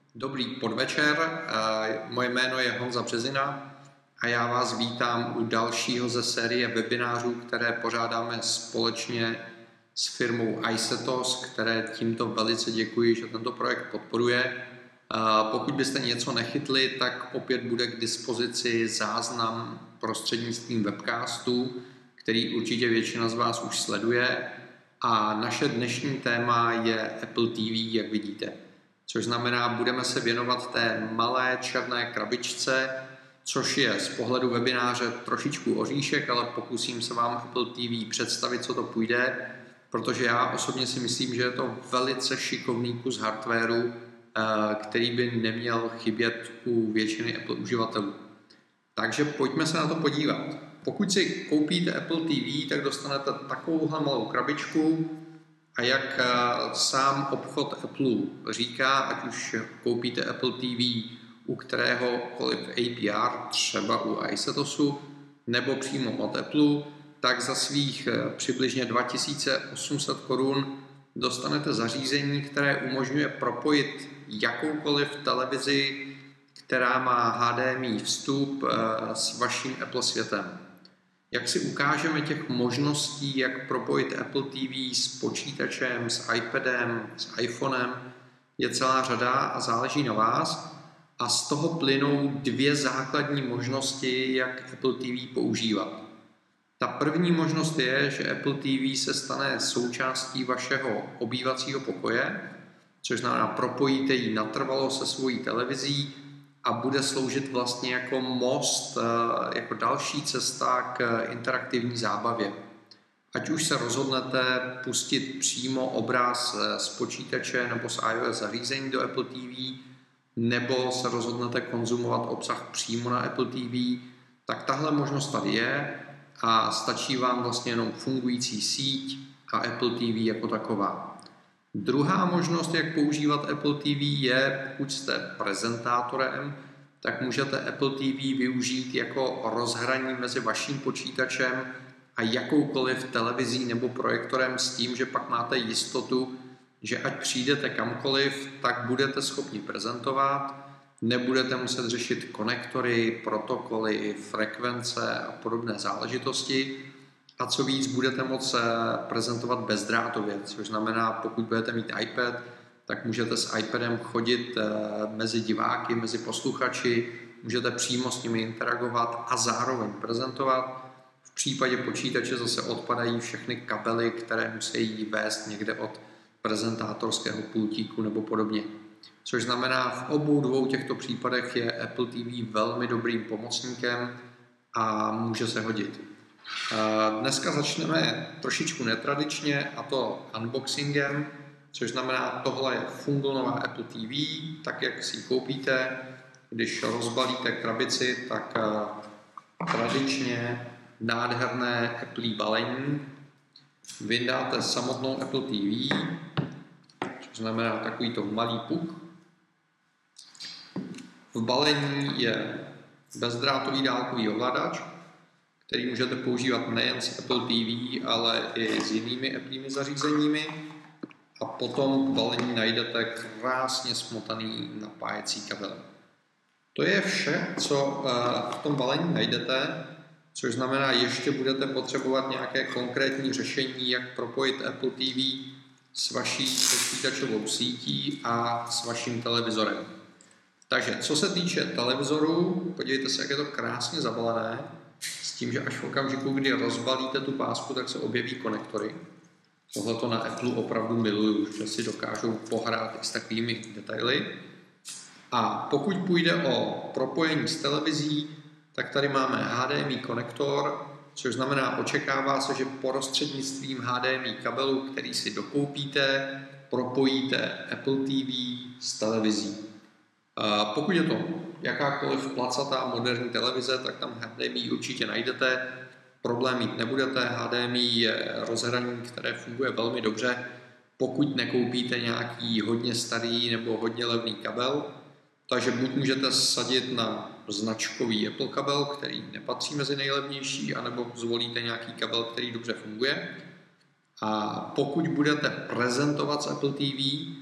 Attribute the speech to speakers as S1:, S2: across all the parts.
S1: Dobrý podvečer, moje jméno je Honza Březina a já vás vítám u dalšího ze série webinářů, které pořádáme společně s firmou iSetos, které tímto velice děkuji, že tento projekt podporuje. Pokud byste něco nechytli, tak opět bude k dispozici záznam prostřednictvím webcastu, který určitě většina z vás už sleduje. A naše dnešní téma je Apple TV, jak vidíte. Což znamená, budeme se věnovat té malé černé krabičce, což je z pohledu webináře trošičku oříšek, ale pokusím se vám Apple TV představit, co to půjde, protože já osobně si myslím, že je to velice šikovný kus hardwaru, který by neměl chybět u většiny Apple uživatelů. Takže pojďme se na to podívat. Pokud si koupíte Apple TV, tak dostanete takovouhle malou krabičku, a jak sám obchod Apple říká, ať už koupíte Apple TV u kteréhokoliv APR, třeba u iSetosu, nebo přímo od Apple, tak za svých přibližně 2800 korun dostanete zařízení, které umožňuje propojit jakoukoliv televizi, která má HDMI vstup s vaším Apple světem. Jak si ukážeme těch možností, jak propojit Apple TV s počítačem, s iPadem, s iPhonem, je celá řada a záleží na vás. A z toho plynou dvě základní možnosti, jak Apple TV používat. Ta první možnost je, že Apple TV se stane součástí vašeho obývacího pokoje, což znamená, propojíte ji natrvalo se svojí televizí a bude sloužit vlastně jako most, jako další cesta k interaktivní zábavě. Ať už se rozhodnete pustit přímo obraz z počítače nebo z iOS zařízení do Apple TV, nebo se rozhodnete konzumovat obsah přímo na Apple TV, tak tahle možnost tady je a stačí vám vlastně jenom fungující síť a Apple TV jako taková. Druhá možnost, jak používat Apple TV, je, pokud jste prezentátorem, tak můžete Apple TV využít jako rozhraní mezi vaším počítačem a jakoukoliv televizí nebo projektorem s tím, že pak máte jistotu, že ať přijdete kamkoliv, tak budete schopni prezentovat, nebudete muset řešit konektory, protokoly, frekvence a podobné záležitosti. A co víc, budete moct prezentovat bezdrátově, což znamená, pokud budete mít iPad, tak můžete s iPadem chodit mezi diváky, mezi posluchači, můžete přímo s nimi interagovat a zároveň prezentovat. V případě počítače zase odpadají všechny kabely, které musí vést někde od prezentátorského pultíku nebo podobně. Což znamená, v obou dvou těchto případech je Apple TV velmi dobrým pomocníkem a může se hodit. Dneska začneme trošičku netradičně, a to unboxingem, což znamená, tohle je fungonová Apple TV, tak jak si ji koupíte. Když rozbalíte krabici, tak tradičně nádherné Apple balení. Vyndáte samotnou Apple TV, což znamená takovýto malý puk. V balení je bezdrátový dálkový ovladač, který můžete používat nejen s Apple TV, ale i s jinými Applými zařízeními. A potom v balení najdete krásně smotaný napájecí kabel. To je vše, co v tom balení najdete, což znamená, ještě budete potřebovat nějaké konkrétní řešení, jak propojit Apple TV s vaší počítačovou sítí a s vaším televizorem. Takže co se týče televizoru, podívejte se, jak je to krásně zabalené, s tím, že až v okamžiku, kdy rozbalíte tu pásku, tak se objeví konektory. Tohleto na Apple opravdu miluju, že si dokážou pohrát i s takovými detaily. A pokud půjde o propojení s televizí, tak tady máme HDMI konektor, což znamená, očekává se, že prostřednictvím HDMI kabelu, který si dokoupíte, propojíte Apple TV s televizí. Pokud je to jakákoliv placatá moderní televize, tak tam HDMI určitě najdete. Problém mít nebudete. HDMI je rozhraní, které funguje velmi dobře, pokud nekoupíte nějaký hodně starý nebo hodně levný kabel. Takže buď můžete sadit na značkový Apple kabel, který nepatří mezi nejlevnější, anebo zvolíte nějaký kabel, který dobře funguje. A pokud budete prezentovat s Apple TV,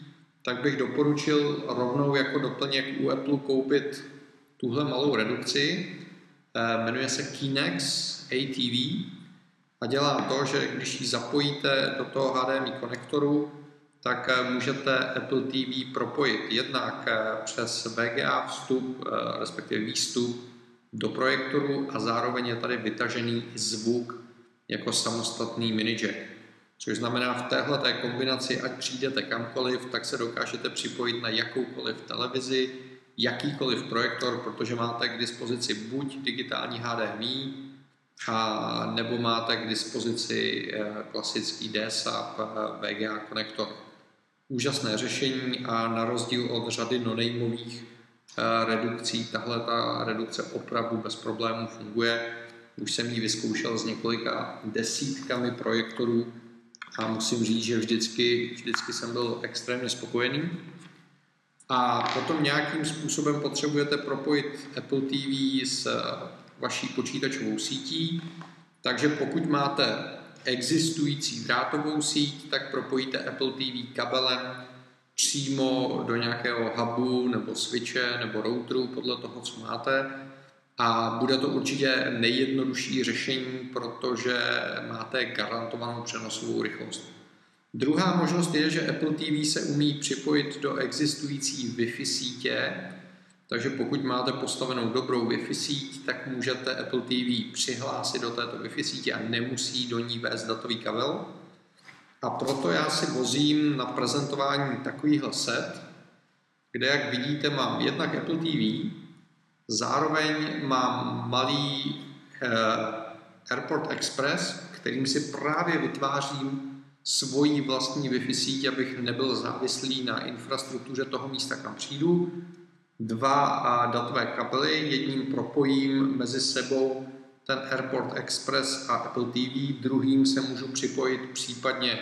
S1: tak bych doporučil rovnou jako doplněk u Apple koupit tuhle malou redukci. Jmenuje se Kinex ATV a dělá to, že když ji zapojíte do toho HDMI konektoru, tak můžete Apple TV propojit jednak přes VGA vstup, respektive výstup do projektoru a zároveň je tady vytažený zvuk jako samostatný mini jack. Což znamená, v téhleté kombinaci, ať přijdete kamkoliv, tak se dokážete připojit na jakoukoliv televizi, jakýkoliv projektor, protože máte k dispozici buď digitální HDMI, a nebo máte k dispozici klasický DSAP VGA konektor. Úžasné řešení a na rozdíl od řady no-nameových redukcí, tahle ta redukce opravdu bez problémů funguje. Už jsem ji vyzkoušel s několika desítkami projektorů a musím říct, že vždycky jsem byl extrémně spokojený. A potom nějakým způsobem potřebujete propojit Apple TV s vaší počítačovou sítí, takže pokud máte existující drátovou síť, tak propojíte Apple TV kabelem přímo do nějakého hubu nebo switche nebo routeru podle toho, co máte. A bude to určitě nejjednodušší řešení, protože máte garantovanou přenosovou rychlost. Druhá možnost je, že Apple TV se umí připojit do existující Wi-Fi sítě, takže pokud máte postavenou dobrou Wi-Fi síť, tak můžete Apple TV přihlásit do této Wi-Fi sítě a nemusí do ní vést datový kabel. A proto já si vozím na prezentování takovýhle set, kde, jak vidíte, mám jednak Apple TV, zároveň mám malý Airport Express, kterým si právě vytvářím svoji vlastní Wi-Fi síť, abych nebyl závislý na infrastruktuře toho místa, kam přijdu. Dva datové kabely, jedním propojím mezi sebou ten Airport Express a Apple TV, druhým se můžu připojit případně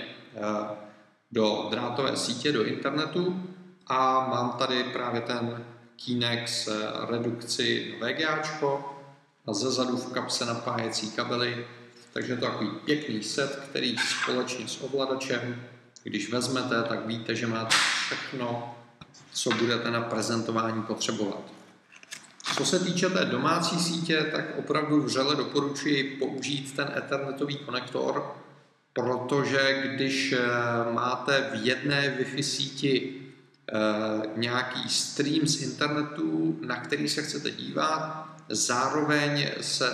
S1: do drátové sítě, do internetu a mám tady právě ten Kinex redukci na VGAčko a zezadu v kapse napájecí kabely, takže je to takový pěkný set, který společně s ovladačem, když vezmete, tak víte, že máte všechno, co budete na prezentování potřebovat. Co se týče té domácí sítě, tak opravdu vřele doporučuji použít ten ethernetový konektor, protože když máte v jedné Wi-Fi síti nějaký stream z internetu, na který se chcete dívat, zároveň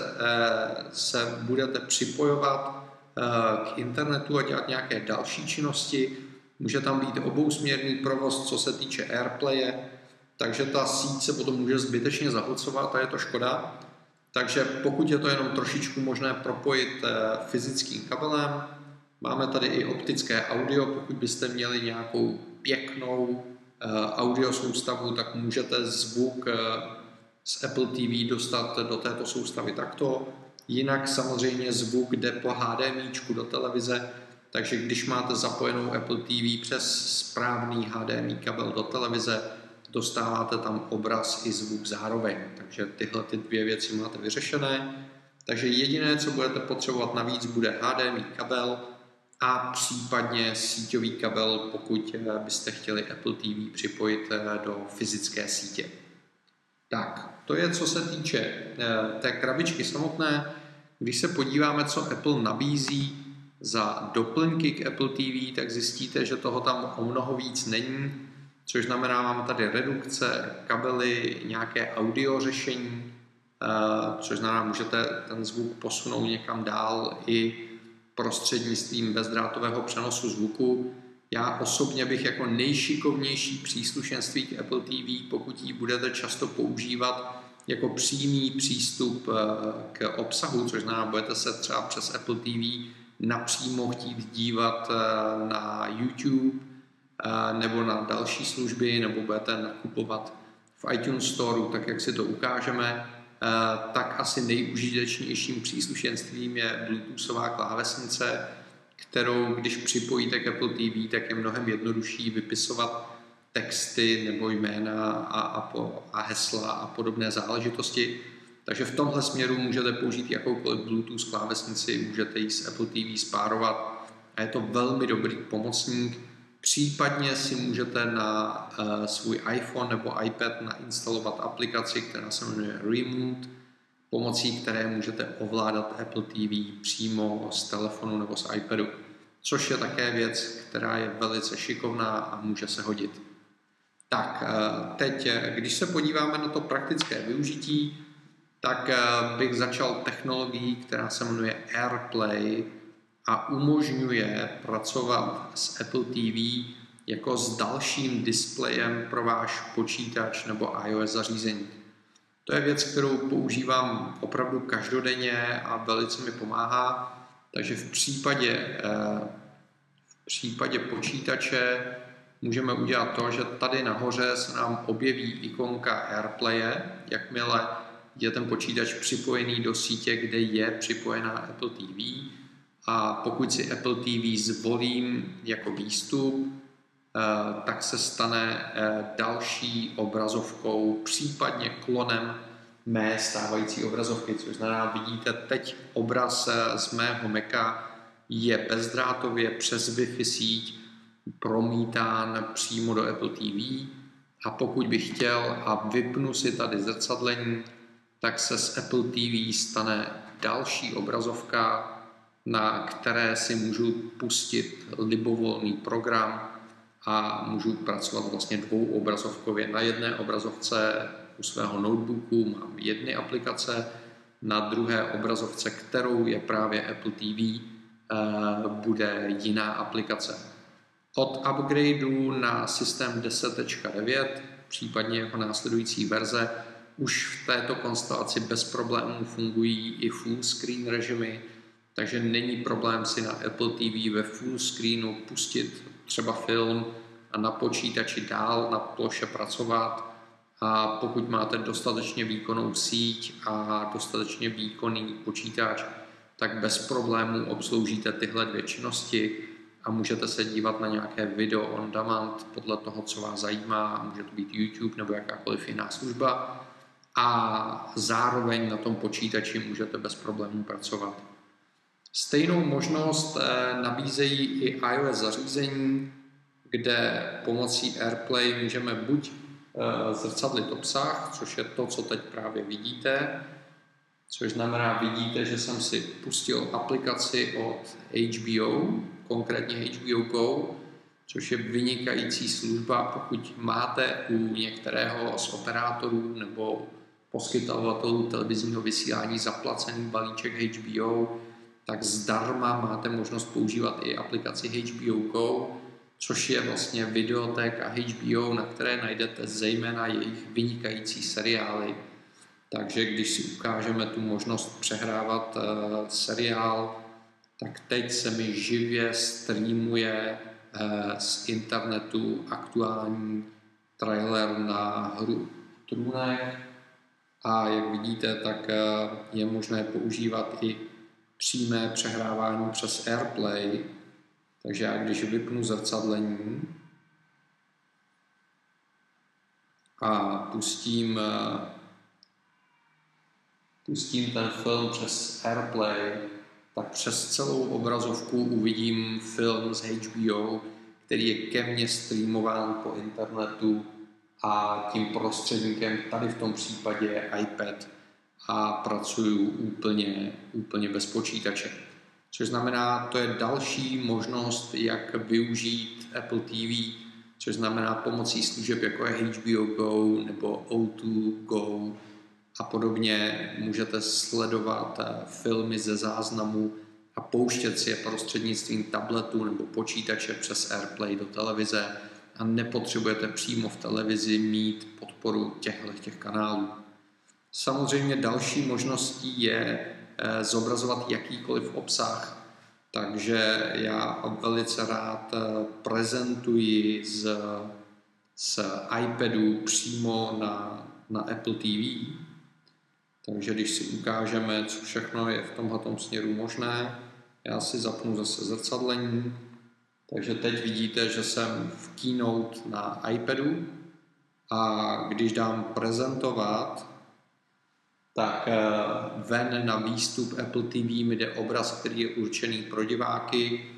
S1: se budete připojovat k internetu a dělat nějaké další činnosti. Může tam být obousměrný provoz, co se týče AirPlaye, takže ta síť se potom může zbytečně zahlcovat a je to škoda. Takže pokud je to jenom trošičku možné propojit fyzickým kabelem, máme tady i optické audio, pokud byste měli nějakou pěknou audio soustavu, tak můžete zvuk z Apple TV dostat do této soustavy takto. Jinak samozřejmě zvuk jde po HDMIčku do televize, takže když máte zapojenou Apple TV přes správný HDMI kabel do televize, dostáváte tam obraz i zvuk zároveň. Takže tyhle dvě věci máte vyřešené. Takže jediné, co budete potřebovat navíc, bude HDMI kabel a případně síťový kabel, pokud byste chtěli Apple TV připojit do fyzické sítě. Tak, to je, co se týče té krabičky samotné. Když se podíváme, co Apple nabízí za doplňky k Apple TV, tak zjistíte, že toho tam o mnoho víc není, což znamená, máme tady redukce, kabely, nějaké audio řešení, což znamená, můžete ten zvuk posunout někam dál i prostřednictvím bezdrátového přenosu zvuku. Já osobně bych jako nejšikovnější příslušenství k Apple TV, pokud ji budete často používat jako přímý přístup k obsahu, což znamená, budete se třeba přes Apple TV napřímo chtít dívat na YouTube nebo na další služby, nebo budete nakupovat v iTunes Store, tak jak si to ukážeme, tak asi nejužitečnějším příslušenstvím je Bluetoothová klávesnice, kterou když připojíte k Apple TV, tak je mnohem jednodušší vypisovat texty nebo jména a hesla a podobné záležitosti. Takže v tomhle směru můžete použít jakoukoliv Bluetooth klávesnici, můžete ji s Apple TV spárovat a je to velmi dobrý pomocník. Případně si můžete na svůj iPhone nebo iPad nainstalovat aplikaci, která se jmenuje Remote, pomocí které můžete ovládat Apple TV přímo z telefonu nebo z iPadu, což je také věc, která je velice šikovná a může se hodit. Tak, teď, když se podíváme na to praktické využití, tak bych začal technologií, která se jmenuje AirPlay a umožňuje pracovat s Apple TV jako s dalším displejem pro váš počítač nebo iOS zařízení. To je věc, kterou používám opravdu každodenně a velice mi pomáhá, takže v případě počítače můžeme udělat to, že tady nahoře se nám objeví ikonka AirPlaye, jakmile je ten počítač připojený do sítě, kde je připojená Apple TV. A pokud si Apple TV zvolím jako výstup, tak se stane další obrazovkou, případně klonem mé stávající obrazovky, což znamená, vidíte teď obraz z mého Maca je bezdrátově přes Wi-Fi síť promítán přímo do Apple TV a pokud bych chtěl a vypnu si tady zrcadlení, tak se z Apple TV stane další obrazovka, na které si můžu pustit libovolný program a můžu pracovat vlastně dvouobrazovkově. Na jedné obrazovce u svého notebooku mám jedny aplikace, na druhé obrazovce, kterou je právě Apple TV, bude jiná aplikace. Od upgradeu na systém 10.9, případně jako následující verze, už v této konstelaci bez problémů fungují i full screen režimy, takže není problém si na Apple TV ve full screenu pustit třeba film a na počítači dál na ploše pracovat. A pokud máte dostatečně výkonnou síť a dostatečně výkonný počítač, tak bez problémů obsloužíte tyhle dvě činnosti a můžete se dívat na nějaké video on demand podle toho, co vás zajímá, může to být YouTube nebo jakákoliv jiná služba a zároveň na tom počítači můžete bez problémů pracovat. Stejnou možnost nabízejí i iOS zařízení, kde pomocí AirPlay můžeme buď zrcadlit obsah, což je to, co teď právě vidíte, což znamená, vidíte, že jsem si pustil aplikaci od HBO, konkrétně HBO Go, což je vynikající služba, pokud máte u některého z operátorů nebo poskytovatelů televizního vysílání zaplacený balíček HBO, tak zdarma máte možnost používat i aplikaci HBO Go, což je vlastně videotéka HBO, na které najdete zejména jejich vynikající seriály. Takže když si ukážeme tu možnost přehrávat seriál, tak teď se mi živě streamuje z internetu aktuální trailer na hru Trůnek a jak vidíte, tak je možné používat i přímé přehrávání přes AirPlay. Takže já když vypnu zrcadlení a pustím ten film přes AirPlay, tak přes celou obrazovku uvidím film z HBO, který je ke mně streamován po internetu a tím prostředníkem tady v tom případě je iPad a pracuju úplně bez počítače. Což znamená, to je další možnost, jak využít Apple TV, což znamená pomocí služeb jako je HBO Go nebo O2 Go a podobně můžete sledovat filmy ze záznamu a pouštět si je prostřednictvím tabletu nebo počítače přes AirPlay do televize a nepotřebujete přímo v televizi mít podporu těchto kanálů. Samozřejmě další možností je zobrazovat jakýkoliv obsah, takže já velice rád prezentuji z iPadu přímo na Apple TV. Takže když si ukážeme, co všechno je v tomhletom směru možné, já si zapnu zase zrcadlení. Takže teď vidíte, že jsem v Keynote na iPadu a když dám prezentovat, tak ven na výstup Apple TV mi jde obraz, který je určený pro diváky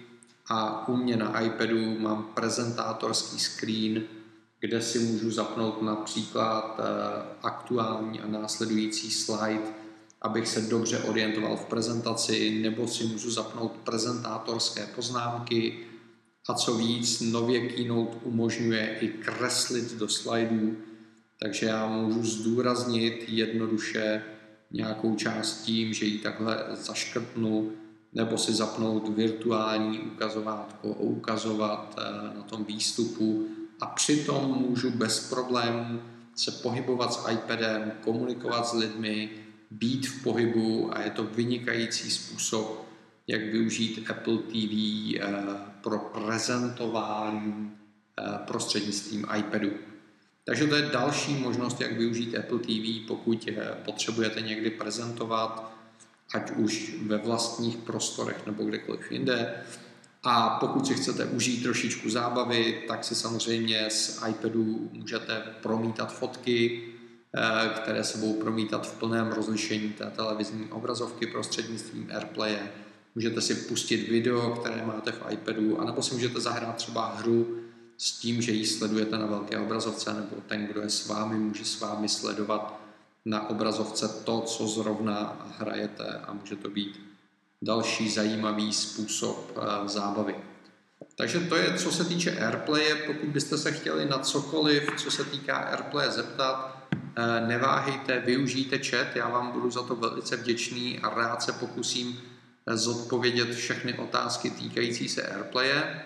S1: a u mě na iPadu mám prezentátorský screen, kde si můžu zapnout například aktuální a následující slide, abych se dobře orientoval v prezentaci, nebo si můžu zapnout prezentátorské poznámky a co víc, nově Keynote umožňuje i kreslit do slajdů, takže já můžu zdůraznit jednoduše nějakou část tím, že ji takhle zaškrtnu, nebo si zapnout virtuální ukazovátko a ukazovat na tom výstupu a přitom můžu bez problémů se pohybovat s iPadem, komunikovat s lidmi, být v pohybu a je to vynikající způsob, jak využít Apple TV pro prezentování prostřednictvím iPadu. Takže to je další možnost, jak využít Apple TV, pokud potřebujete někdy prezentovat, ať už ve vlastních prostorech nebo kdekoliv jinde. A pokud si chcete užít trošičku zábavy, tak si samozřejmě z iPadu můžete promítat fotky, které se budou promítat v plném rozlišení té televizní obrazovky prostřednictvím AirPlaye. Můžete si pustit video, které máte v iPadu, anebo si můžete zahrát třeba hru s tím, že ji sledujete na velké obrazovce, nebo ten, kdo je s vámi, může s vámi sledovat na obrazovce to, co zrovna hrajete a může to být další zajímavý způsob zábavy. Takže to je, co se týče AirPlaye. Pokud byste se chtěli na cokoliv, co se týká AirPlaye zeptat, neváhejte, využijte chat, já vám budu za to velice vděčný a rád se pokusím zodpovědět všechny otázky týkající se AirPlaye.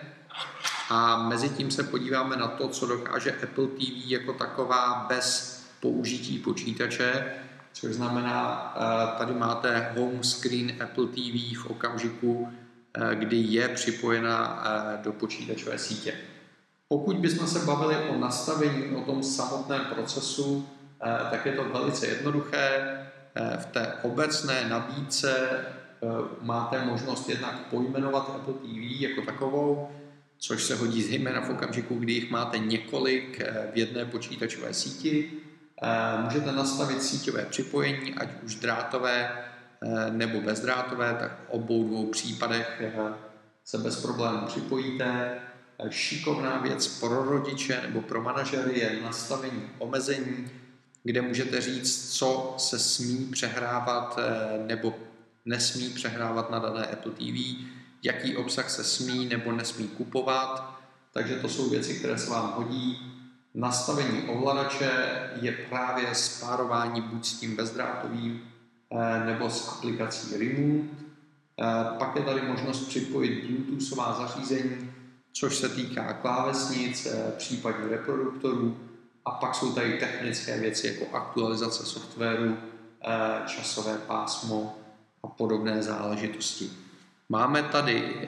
S1: A mezi tím se podíváme na to, co dokáže Apple TV jako taková bez použití počítače, což znamená, tady máte home screen Apple TV v okamžiku, kdy je připojena do počítačové sítě. Pokud bychom se bavili o nastavení, o tom samotném procesu, tak je to velice jednoduché. V té obecné nabídce máte možnost jednak pojmenovat Apple TV jako takovou, což se hodí zejména v okamžiku, kdy jich máte několik v jedné počítačové síti. Můžete nastavit síťové připojení, ať už drátové nebo bezdrátové, tak v obou dvou případech se bez problémů připojíte. Šikovná věc pro rodiče nebo pro manažery je nastavení omezení, kde můžete říct, co se smí přehrávat nebo nesmí přehrávat na dané Apple TV, jaký obsah se smí nebo nesmí kupovat. Takže to jsou věci, které se vám hodí. Nastavení ovladače je právě spárování buď s tím bezdrátovým nebo s aplikací Remote. Pak je tady možnost připojit Bluetoothová zařízení, což se týká klávesnic, případně reproduktorů. A pak jsou tady technické věci jako aktualizace softwaru, časové pásmo a podobné záležitosti. Máme tady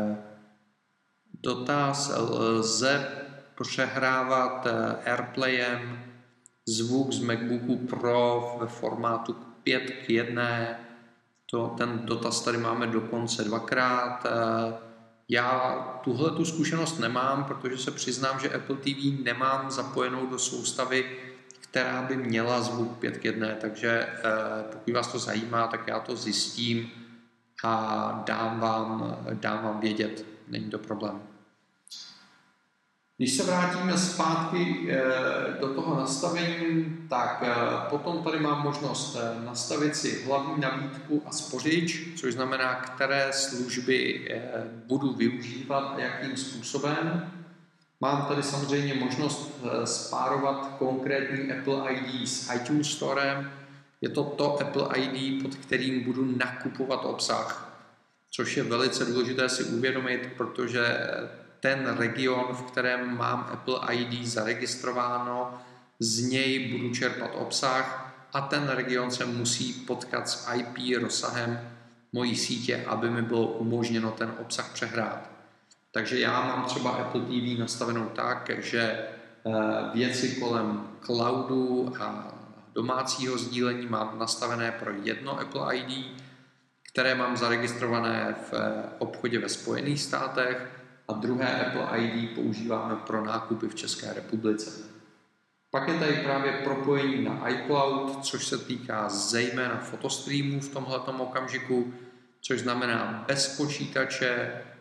S1: dotaz, lze přehrávat AirPlayem zvuk z MacBooku Pro ve formátu 5:1. Ten dotaz tady máme dokonce dvakrát. Já tuhletu zkušenost nemám, protože se přiznám, že Apple TV nemám zapojenou do soustavy, která by měla zvuk 5:1, takže pokud vás to zajímá, tak já to zjistím a dám vám vědět, není to problém. Když se vrátíme zpátky do toho nastavení, tak potom tady mám možnost nastavit si hlavní nabídku a spořič, což znamená, které služby budu využívat a jakým způsobem. Mám tady samozřejmě možnost spárovat konkrétní Apple ID s iTunes Storem. Je to Apple ID, pod kterým budu nakupovat obsah, což je velice důležité si uvědomit, protože ten region, v kterém mám Apple ID zaregistrováno, z něj budu čerpat obsah a ten region se musí potkat s IP rozsahem mojí sítě, aby mi bylo umožněno ten obsah přehrát. Takže já mám třeba Apple TV nastavenou tak, že věci kolem cloudu a domácího sdílení mám nastavené pro jedno Apple ID, které mám zaregistrované v obchodě ve Spojených státech, a druhé Apple ID používáme pro nákupy v České republice. Pak je tady právě propojení na iCloud, což se týká zejména fotostreamů v tomhletom okamžiku, což znamená bez počítače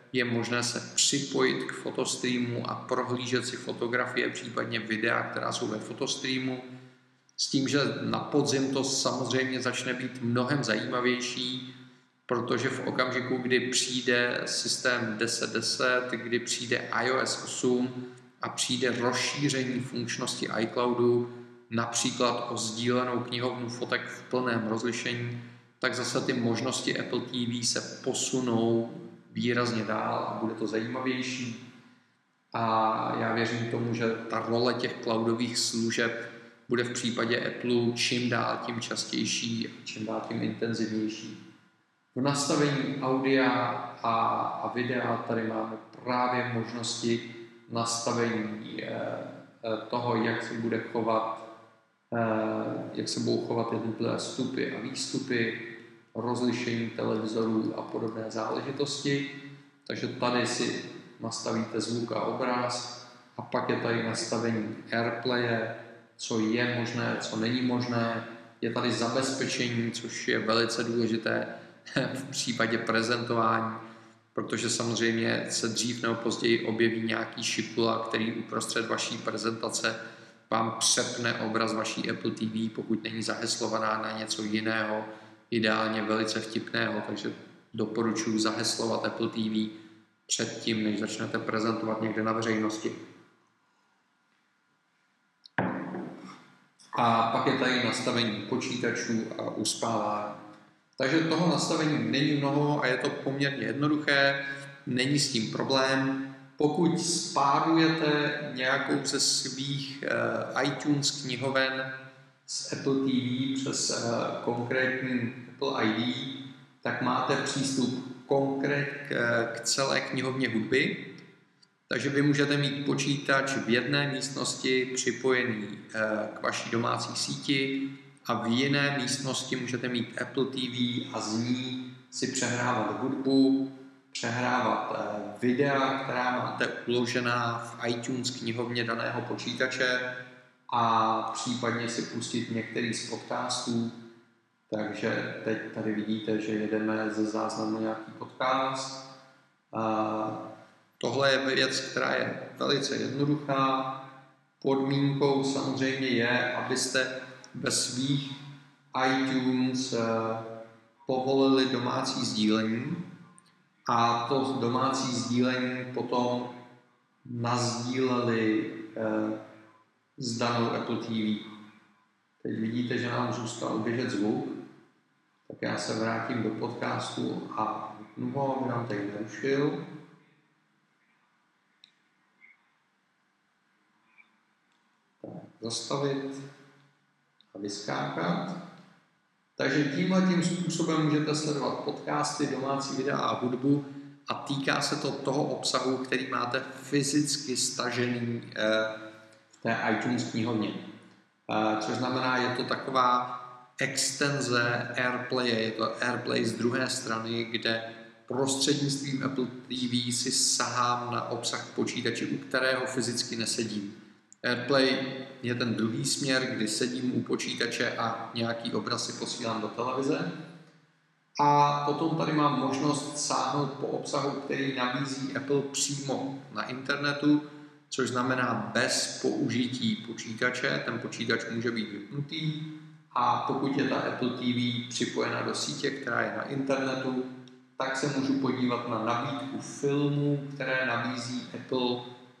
S1: je možné se připojit k fotostreamu a prohlížet si fotografie, případně videa, která jsou ve fotostreamu. S tím, že na podzim to samozřejmě začne být mnohem zajímavější, protože v okamžiku, kdy přijde systém 10.10, kdy přijde iOS 8 a přijde rozšíření funkčnosti iCloudu, například o sdílenou knihovnu fotek v plném rozlišení, tak zase ty možnosti Apple TV se posunou výrazně dál a bude to zajímavější. A já věřím tomu, že ta role těch cloudových služeb bude v případě Apple čím dál tím častější a čím dál tím intenzivnější. V nastavení audia a videa tady máme právě možnosti nastavení toho, jak se budou chovat jednotlivé vstupy a výstupy, rozlišení televizorů a podobné záležitosti. Takže tady si nastavíte zvuk a obraz a pak je tady nastavení AirPlaye, co je možné, co není možné. Je tady zabezpečení, což je velice důležité v případě prezentování, protože samozřejmě se dřív nebo později objeví nějaký šipula, který uprostřed vaší prezentace vám přepne obraz vaší Apple TV, pokud není zaheslovaná na něco jiného, ideálně velice vtipného, takže doporučuji zaheslovat Apple TV předtím, než začnete prezentovat někde na veřejnosti. A pak je tady nastavení počítačů a uspávání. Takže toho nastavení není mnoho a je to poměrně jednoduché, není s tím problém. Pokud spárujete nějakou ze svých iTunes knihoven s Apple TV přes konkrétní Apple ID, tak máte přístup k celé knihovně hudby. Takže vy můžete mít počítač v jedné místnosti připojený k vaší domácí síti a v jiné místnosti můžete mít Apple TV a z ní si přehrávat hudbu, přehrávat videa, která máte uložená v iTunes knihovně daného počítače a případně si pustit některý z podcastů. Takže teď tady vidíte, že jedeme ze záznamu nějaký podcast. Tohle je věc, která je velice jednoduchá. Podmínkou samozřejmě je, abyste ve svých iTunes povolili domácí sdílení a to domácí sdílení potom nasdíleli s danou Apple TV. Teď vidíte, že nám zůstal běžet zvuk, tak já se vrátím do podcastu a vypnu ho, aby nám tady nerušil. Zastavit a vyskákat. Takže tímhletím způsobem můžete sledovat podcasty, domácí videa a hudbu a týká se to toho obsahu, který máte fyzicky stažený v té iTunes knihovně. Což znamená, je to taková extenze AirPlaye, je to AirPlay z druhé strany, kde prostřednictvím Apple TV si sahám na obsah počítače, u kterého fyzicky nesedím. AirPlay je ten druhý směr, kdy sedím u počítače a nějaký obraz si posílám do televize. A potom tady mám možnost sáhnout po obsahu, který nabízí Apple přímo na internetu, což znamená bez použití počítače. Ten počítač může být vypnutý a pokud je ta Apple TV připojena do sítě, která je na internetu, tak se můžu podívat na nabídku filmů, které nabízí Apple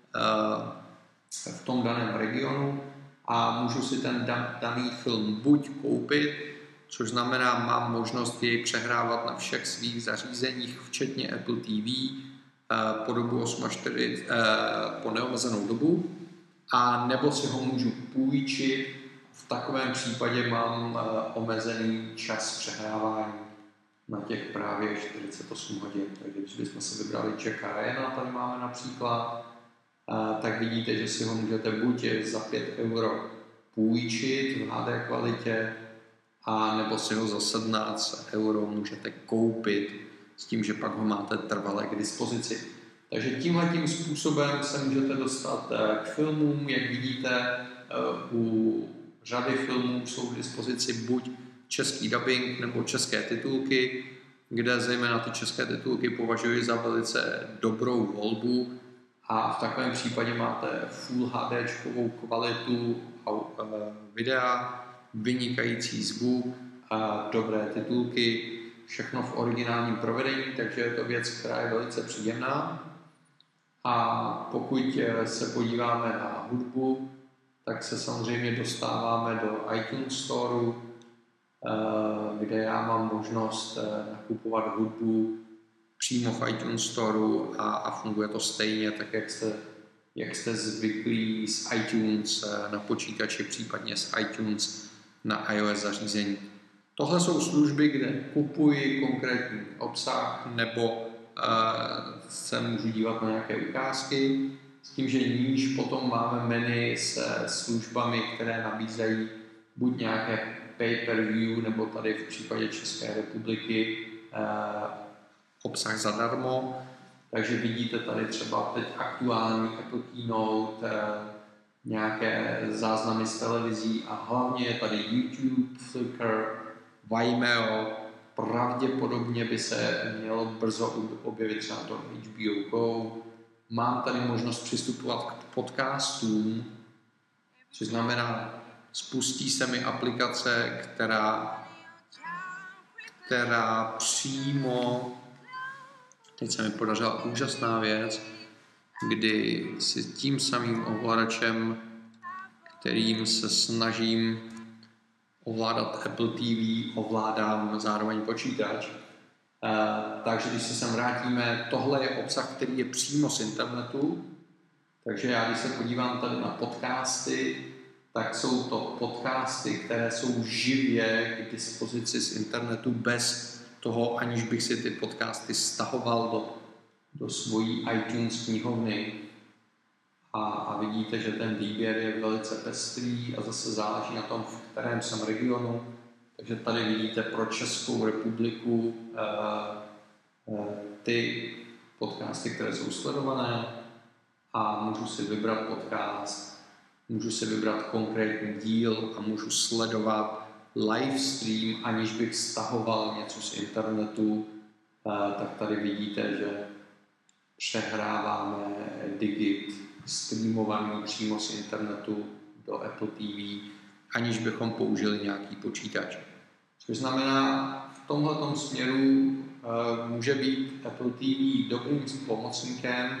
S1: v tom daném regionu a můžu si ten daný film buď koupit, což znamená, mám možnost jej přehrávat na všech svých zařízeních, včetně Apple TV, po dobu 8 po neomezenou dobu, a nebo si ho můžu půjčit. V takovém případě mám omezený čas přehrávání na těch právě 48 hodin. Takže když bychom si vybrali Jacka Ryana, tady máme například, tak vidíte, že si ho můžete buď za 5 euro půjčit v HD kvalitě, a nebo si ho za 17 euro můžete koupit s tím, že pak ho máte trvale k dispozici. Takže tímhletím způsobem se můžete dostat k filmům. Jak vidíte, u řady filmů jsou k dispozici buď český dubbing nebo české titulky. kde zejména ty české titulky považuji za velice dobrou volbu a v takovém případě máte Full HDčkovou kvalitu videa, vynikající zvuk a dobré titulky, všechno v originálním provedení, takže je to věc, která je velice příjemná. A pokud se podíváme na hudbu, tak se samozřejmě dostáváme do iTunes Store, kde já mám možnost nakupovat hudbu přímo v iTunes Store a funguje to stejně, tak jak jste zvyklí z iTunes na počítači, případně z iTunes na iOS zařízení. Tohle jsou služby, kde kupuji konkrétní obsah nebo se můžu dívat na nějaké ukázky, s tím, že níž potom máme menu se službami, které nabízejí buď nějaké pay-per-view, nebo tady v případě České republiky obsah zadarmo. Takže vidíte tady třeba teď aktuální Apple Keynote, nějaké záznamy z televizí a hlavně je tady YouTube, Flickr, Vimeo. Pravděpodobně by se mělo brzo objevit třeba to HBO Go. Mám tady možnost přistupovat k podcastům, což znamená, spustí se mi aplikace, která přímo, teď se mi podařila úžasná věc, kdy si tím samým ovladačem, kterým se snažím ovládat Apple TV, ovládám zároveň počítač. Takže když se sem vrátíme, tohle je obsah, který je přímo z internetu. Takže já, když se podívám tady na podcasty, tak jsou to podcasty, které jsou živě k dispozici z internetu bez toho, aniž bych si ty podcasty stahoval do svojí iTunes knihovny. A vidíte, že ten výběr je velice pestrý a zase záleží na tom, v kterém jsem regionu. Takže tady vidíte pro Českou republiku ty podcasty, které jsou sledované a můžu si vybrat podcast, můžu si vybrat konkrétní díl a můžu sledovat live stream, aniž bych stahoval něco z internetu. Tak tady vidíte, že přehráváme digit streamovaný přímo z internetu do Apple TV, aniž bychom použili nějaký počítač. Což znamená, v tomhletom směru může být Apple TV dobrým pomocníkem.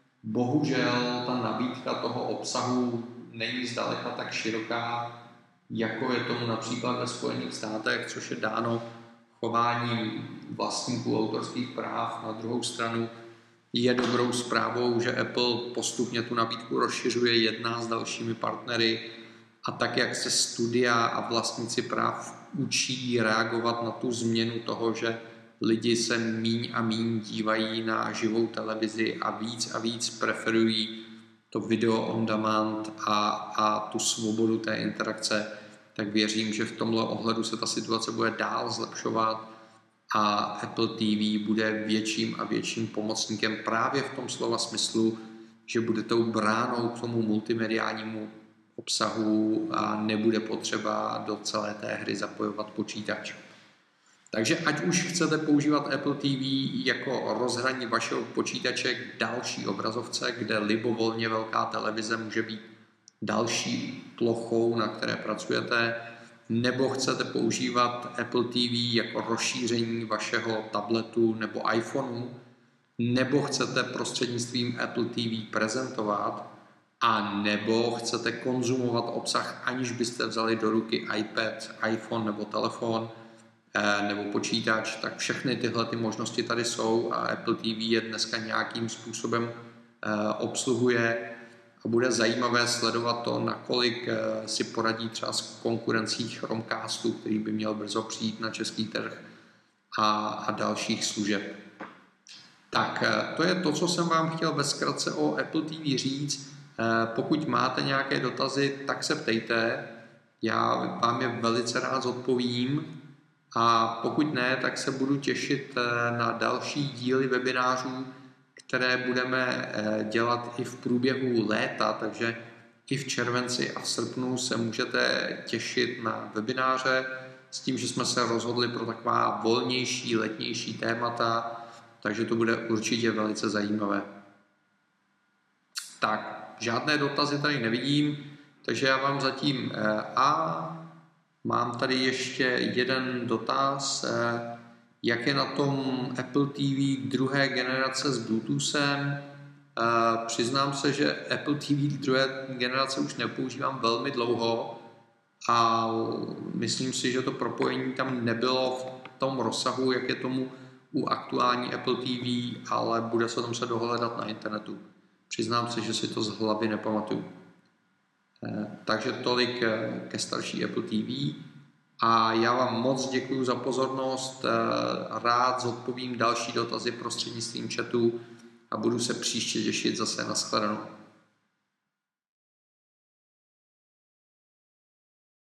S1: Bohužel ta nabídka toho obsahu není zdaleka tak široká, jako je tomu například ve Spojených státech, což je dáno chováním vlastníků autorských práv. Na druhou stranu je dobrou zprávou, že Apple postupně tu nabídku rozšiřuje, jedná s dalšími partnery a tak, jak se studia a vlastníci práv učí reagovat na tu změnu toho, že lidi se míň a míň dívají na živou televizi a víc preferují to video on demand a tu svobodu té interakce, tak věřím, že v tomhle ohledu se ta situace bude dál zlepšovat a Apple TV bude větším a větším pomocníkem právě v tom slova smyslu, že bude tou bránou k tomu multimediálnímu obsahu a nebude potřeba do celé té hry zapojovat počítač. Takže ať už chcete používat Apple TV jako rozhraní vašeho počítače k další obrazovce, kde libovolně velká televize může být další plochou, na které pracujete, nebo chcete používat Apple TV jako rozšíření vašeho tabletu nebo iPhoneu, nebo chcete prostřednictvím Apple TV prezentovat, a nebo chcete konzumovat obsah, aniž byste vzali do ruky iPad, iPhone nebo telefon nebo počítač, tak všechny tyhle ty možnosti tady jsou a Apple TV je dneska nějakým způsobem obsluhuje a bude zajímavé sledovat to, nakolik si poradí třeba s konkurencí Chromecastu, který by měl brzo přijít na český trh a dalších služeb. Tak to je to, co jsem vám chtěl ve zkratce o Apple TV říct. Pokud máte nějaké dotazy, tak se ptejte, já vám je velice rád zodpovím a pokud ne, tak se budu těšit na další díly webinářů, které budeme dělat i v průběhu léta, takže i v červenci a v srpnu se můžete těšit na webináře. s tím, že jsme se rozhodli pro taková volnější, letnější témata, takže to bude určitě velice zajímavé. Tak, žádné dotazy tady nevidím, takže já vám zatím mám tady ještě jeden dotaz. Jak je na tom Apple TV druhé generace s Bluetoothem? Přiznám se, že Apple TV druhé generace už nepoužívám velmi dlouho a myslím si, že to propojení tam nebylo v tom rozsahu, jak je tomu u aktuální Apple TV, ale bude se to muset dohledat na internetu. Přiznám se, že si to z hlavy nepamatuju. Takže tolik ke starší Apple TV. A já vám moc děkuji za pozornost, rád zodpovím další dotazy prostřednictvím chatu a budu se příště těšit zase. Na shledanou.